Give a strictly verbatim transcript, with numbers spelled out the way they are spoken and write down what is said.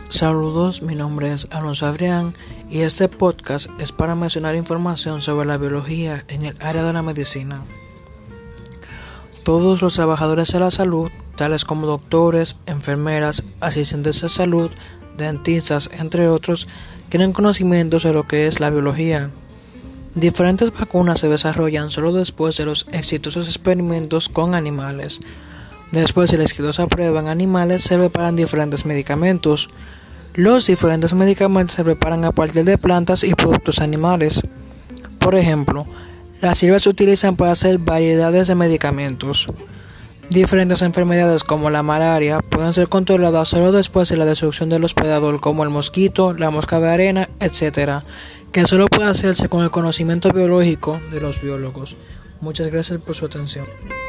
Saludos, mi nombre es Alonso Adrián y este podcast es para mencionar información sobre la biología en el área de la medicina. Todos los trabajadores de la salud, tales como doctores, enfermeras, asistentes de salud, dentistas, entre otros, tienen conocimiento de lo que es la biología. Diferentes vacunas se desarrollan solo después de los exitosos experimentos con animales. Después de la exitosa prueba en animales se preparan diferentes medicamentos. Los diferentes medicamentos se preparan a partir de plantas y productos animales. Por ejemplo, las hierbas se utilizan para hacer variedades de medicamentos. Diferentes enfermedades como la malaria pueden ser controladas solo después de la destrucción del hospedador, como el mosquito, la mosca de arena, etcétera, que solo puede hacerse con el conocimiento biológico de los biólogos. Muchas gracias por su atención.